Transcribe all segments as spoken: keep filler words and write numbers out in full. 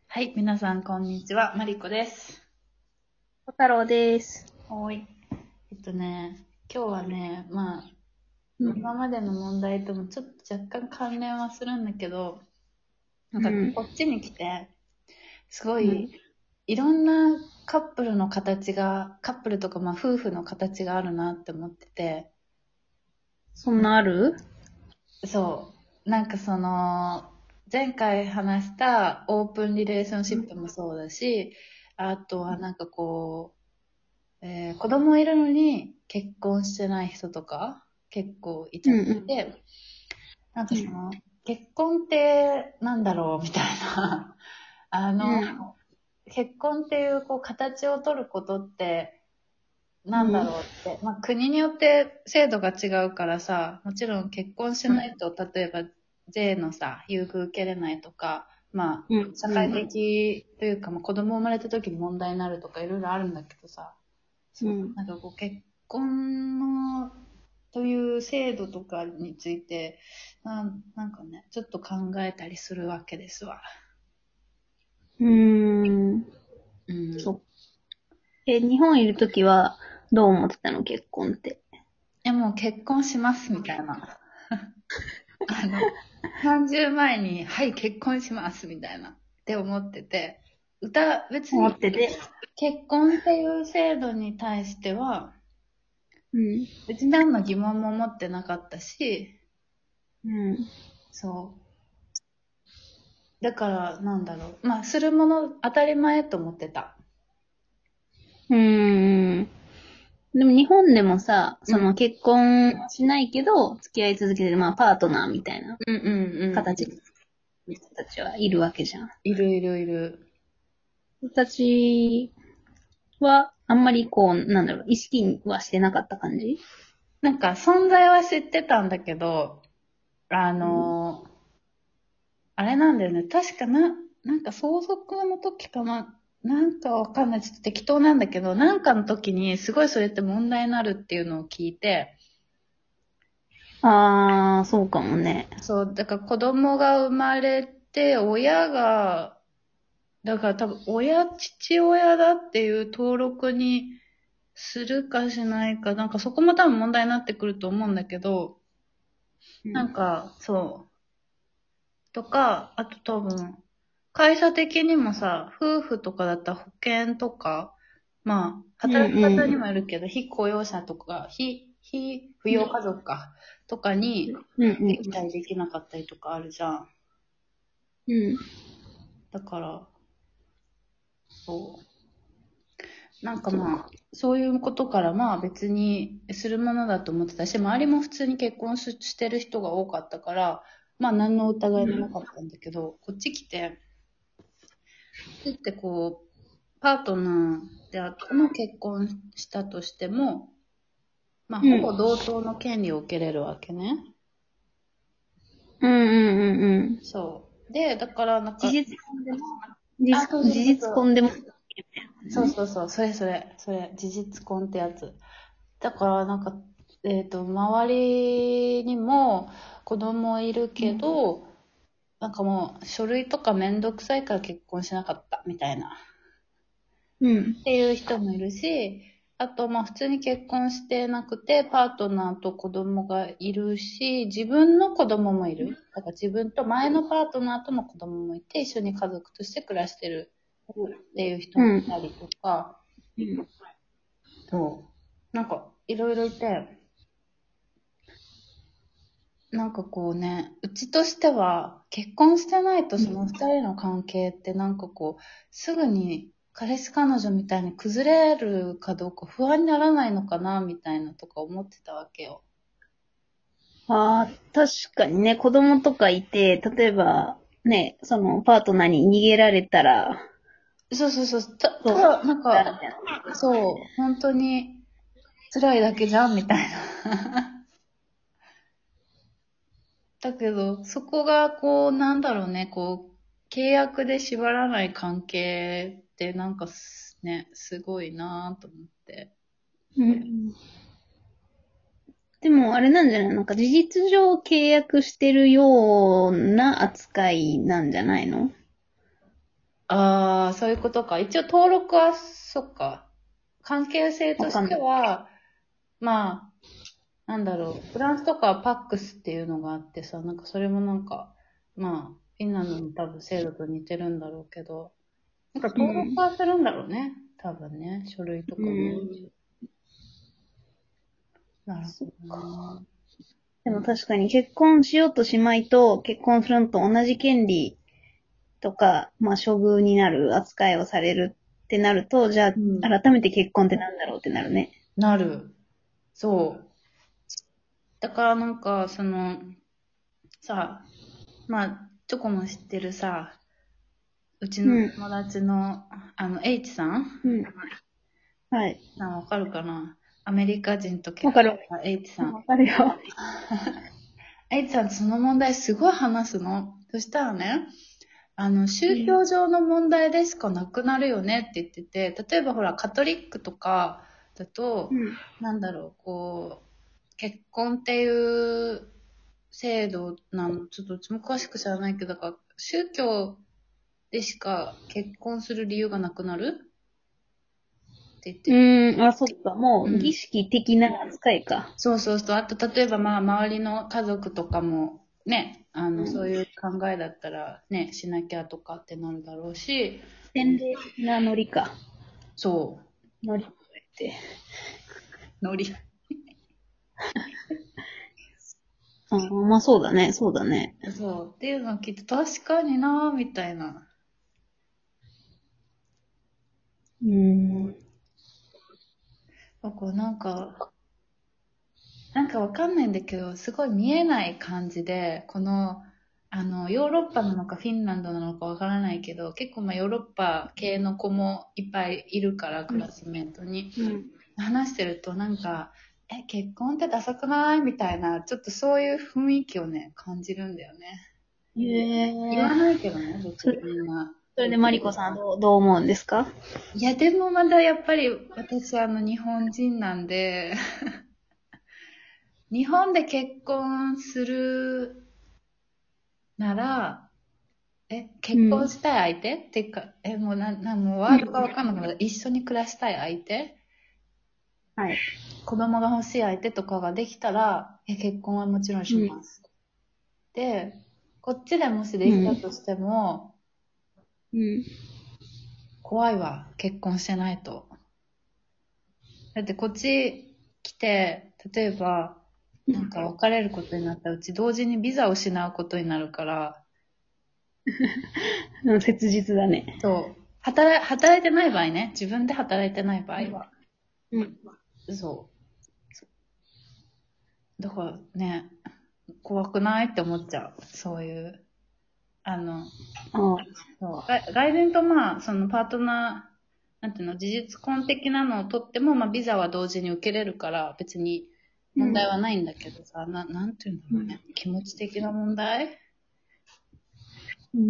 はい、皆さんこんにちは、マリコです。 小太郎です。 はい。えっとね、今日はね、まあ、 うん。 今までの問題ともちょっと若干関連はするんだけど、なんかうん。 こっちに来て、すごい、 うん。 いろんなカップルの形が、カップルとかまあ夫婦の形があるなって思ってて、 そんなある？ そう、なんかその、前回話したオープンリレーションシうん。 ップもそうだし、あとはなんかこう、えー子供いるのに結婚してない人とか結構いちゃっうん。 て、なんかうん。 その、結婚ってなんだろうみたいな。あの、 うん。 結婚っていうこう形を取ることってなんだうん。 ろうって。まあ国によって制度が違うからさ、もちろん結婚しないと、例えば税のさ、優遇受けれないとか、まあうん。 社会的というか、まあ、子供生まれた時に問題になるとかいろいろあるんだけどさ、そう。 うん。 なんかこう結婚のという制度とかについて、なんなんかね、ちょっと考えたりするわけですわ。 うん。 うん。 そっ。え、日本いるときはどう思ってたの、結婚って？ え、もう結婚しますみたいな。あの、さんじゅうまえに、はい、結婚しますみたいなって思ってて、歌、別に思ってて。 結婚っていう制度に対しては、 うん。 別に何の疑問も持ってなかったし、 うん。 そう。だから、なんだろう。まあ、するもの当たり前と思ってた。 うーん。でも日本でもさ、 うん。 その結婚しないけど付き合い続けてる、まあパートナーみたいなうんうんうん。 形の人たちはいるわけじゃん。 いるいるいる。 人たちはあんまりこう、なんだろう、意識はしてなかった感じ？ なんか、存在は知ってたんだけど、あうん。 のーあれなんだよね。確かな、なんか相続の時かな。なんかわかんない。ちょっと適当なんだけど、なんかの時にすごいそれって問題になるっていうのを聞いて、 ああ、そうかもね。 そう、だから子供が生まれて、親が、だから多分親、父親だっていう登録にするかしないか、なんかそこも多分問題になってくると思うんだけど、 うん。 なんか、そう。とか、あと多分、会社的にもさ、夫婦とかだったら保険とか、まあ、 うん働き方にうん。 もよるけど、非雇用者とか、非、非扶養家族か、とかにうんうんできたりできなかったりとかあるじゃん。 うん。 だから、そう。なんかそうか。 まあ、そういうことからまあ別にするものだと思ってたし、周りも普通に結婚ししてる人が多かったから、まあ何の疑いもなかったんだけど、こっち来て、こっちってこう、パートナーであっても結婚したとしても、まあ、ほぼうん。 同等の権利を受けれるわけね。 うんうんうんうん。 そう。で、だから、なんか、 事実婚でも、事あ、 実そうそう事そうそう。 実婚でも、 そうそうそう。それそれ。それ。事実婚ってやつ。だから、なんか、えっと、周りにも子供いるけど、なんかもう、書類とかめんどくさいから結婚しなかったみたいな。 うん。 っていう人もいるし、あと、まあ普通に結婚してなくて、パートナーと子供がいるし、自分の子供もいる。だから自分と前のパートナーとの子供もいて、一緒に家族として暮らしてるっていう人うん。 もいたりとか、 うん。 そう。なんか、いろいろいて、なんかこうね、うちとしては、結婚してないとその二人の関係ってなんかこう、すぐに彼氏彼女みたいに崩れるかどうか不安にならないのかな、みたいなとか思ってたわけよ。 ああ、確かにね、子供とかいて、例えば、ね、その、パートナーに逃げられたら、 そうそうそう、た、 そう、 ただ、なんか、 なるじゃん。 そう、本当に辛いだけじゃん、みたいな。だけど、そこがこう、なんだろうね、こう、契約で縛らない関係ってなんかすね、すごいなぁと思って。 うん。でも、あれなんじゃない？なんか事実上契約してるような扱いなんじゃないの？ ああ、そういうことか。一応登録は、そっか。関係性としては、まあ、なんだろう。フランスとかはパックスっていうのがあってさ、なんかそれもなんか、まあ、フィンランドの多分制度と似てるんだろうけど、なんか登録はするんだろうね。多分ね。書類とかうも。 ん。 なるそっほどか。 ね。 でも確かに結婚しようとしまいと結婚するのと同じ権利とか、まあ処遇になる扱いをされるってなると、じゃうん。 あ改めて結婚ってなんだろうってなるね。 なる。そう。だからなんか、その、さ、まあ、チョコも知ってるさ、うちのうん。 友達の、あの、H さんうん。はい。 さんわかるかな？アメリカ人と結わかる。 婚した H さん。 わかるよ。 H さんその問題すごい話すの。そしたらね、あの、宗うん。 教上の問題でしかなくなるよねって言ってて、例えばほら、カトリックとかだと、 うん。 なんだろう、こう、結婚っていう制度なの、ちょっとうちも詳しく知らないけど、だから宗教でしか結婚する理由がなくなるって言ってうて。 ーん。あ、そっか。もう儀うん。 式的な扱いか。 そうそうそう。あと、例えばまあ、周りの家族とかも、ね、あの、そううん。 いう考えだったら、ね、しなきゃとかってなるだろうし、 洗礼的なノリか。 そノリって。 う、ノリ。 ああ、まあそうだね。そうだね。 そう。っていうのを聞いて、確かになぁ、みたいな。 うーん。 だからなんか、なんかわかんないんだけど、すごい見えない感じで、この、あの、ヨーロッパなのかフィンランドなのかわからないけど、結構まあヨーロッパ系の子もいっぱいいるから、クラスメートに。 うん。 話してるとなんか、え、結婚ってダサくないみたいな、ちょっとそういう雰囲気をね、感じるんだよね。 へえ。 言わないけどね、別それ、 にみんな。 それでマリコさんどう、どう思うんですか？ いや、でもまだやっぱり私あの日本人なんで、日本で結婚するなら、え、結婚うん。 したい相手っていうか、え、もうな、な、もうワうん。 ードがわかんなくなった。一緒に暮らしたい相手はい。 子供が欲しい相手とかができたら、え、結婚はもちろんうん。 します。で、こっちでもしできたうん。 としても、 うん。 怖いわ、結婚してないと。だってこっち来て、例えば、なんか別れることになったうち、同時にビザを失うことになるから、 うん、切実だね。 そう。働、働いてない場合ね。自分で働いてない場合は。 うん。 そう。だからね、怖くないって思っちゃう。そういう。あの、 ああ。 そう。外外人とまあ、そのパートナー、なんていうの、事実婚的なのを取っても、まあ、ビザは同時に受けれるから、別にうん。 問題はないんだけどさ、な、なんていうんだろうね。気持ち的な問題。 うん。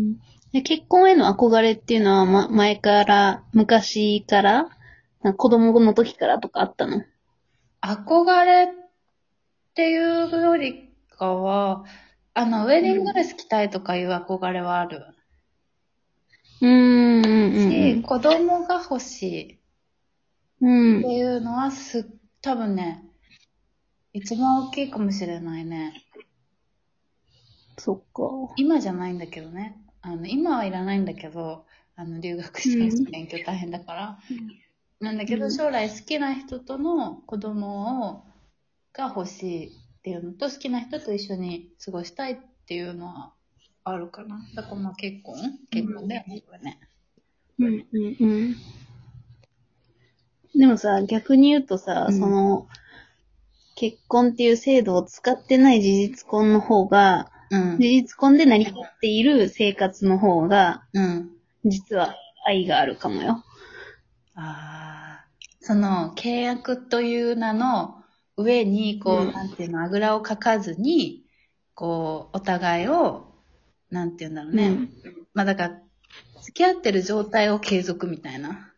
で、結婚への憧れっていうのは、ま、前から、昔から、なんか子供の時からとかあったの？ 憧れっていうよりかは、あの、ウェディングドレス着たいとかいう憧れはある。 うん。うん、うし、 ん、 子供が欲しいっうん。うん。 ていうのはすっ、多分ね、一番大きいかもしれないね。 そっか。 今じゃないんだけどね。あの、今はいらないんだけど、あの、留学うしたし、 ん。 勉強大変だから。なんだけど、 うん。 将来好きな人との子供を、が欲しいっていうのと、好きな人と一緒に過ごしたいっていうのはあるかな。だからまあ結婚結婚だよね、これね。 うん。うん。うん。でもさ、逆に言うとさ、そうん。 の、結婚っていう制度を使ってない事実婚の方が、 うん。 事実婚で成り立っている生活の方が、 うん。 実は愛があるかもよ。 ああ。その、契約という名の上に、こう、 うん。 なんていうの、あぐらをかかずに、こう、お互いを、なんていうんだろうね。 うん。 まあだから、付き合ってる状態を継続みたいな。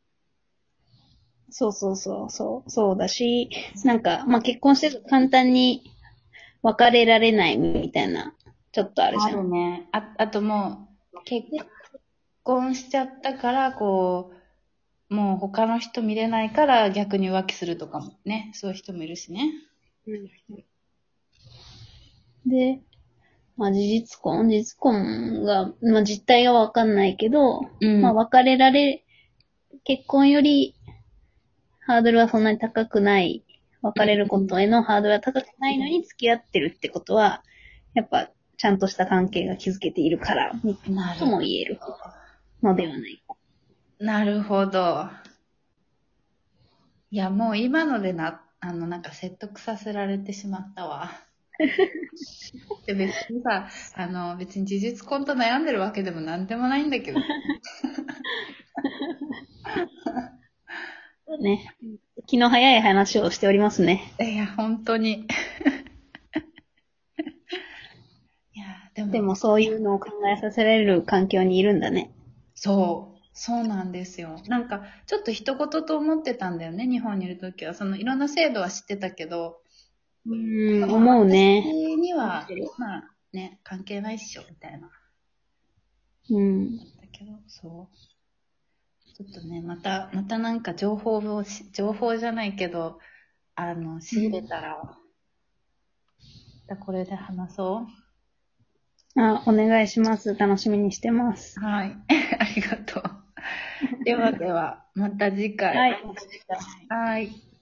そうそうそう、そう、そうだし、なんか、まあ、結婚してると簡単に別れられないみたいな、ちょっとあるあじゃん。 るね。あ、あともう、結、 婚しちゃったから、こう、もう他の人見れないから逆に浮気するとかもね、そういう人もいるしね。 で、まあ事実婚事実婚が、まあ実態がわかんないけど、 うん。 まあ別れられ、結婚よりハードルはそんなに高くない、別れることへのハードルは高くないのに付き合ってるってことは、やっぱちゃんとした関係が築けているから、 なるとも言えるのではないか。 なるほど。いや、もう今のでな、あの、なんか説得させられてしまったわ。で、別にさ、あの、別に事実婚と悩んでるわけでもなんでもないんだけど。 ね。気の早い話をしておりますね。 いや、本当に。いや、でも、 でもそういうのを考えさせられる環境にいるんだね。 そう、そうなんですよ。なんか、ちょっと一言と思ってたんだよね、日本にいるときは。その、いろんな制度は知ってたけど、 うーん、 まあ、 思うね。 私には、まあ、ね、関係ないっしょ、みたいな。 うん。 だけど、そう。ちょっとね、また、またなんか情報をし、情報じゃないけど、あの、仕入れたら、またこれで話そあ、お願いします。楽しみにしてまう。 す。 はい。ありがとう。ではでは、また次回。 はい。 はい。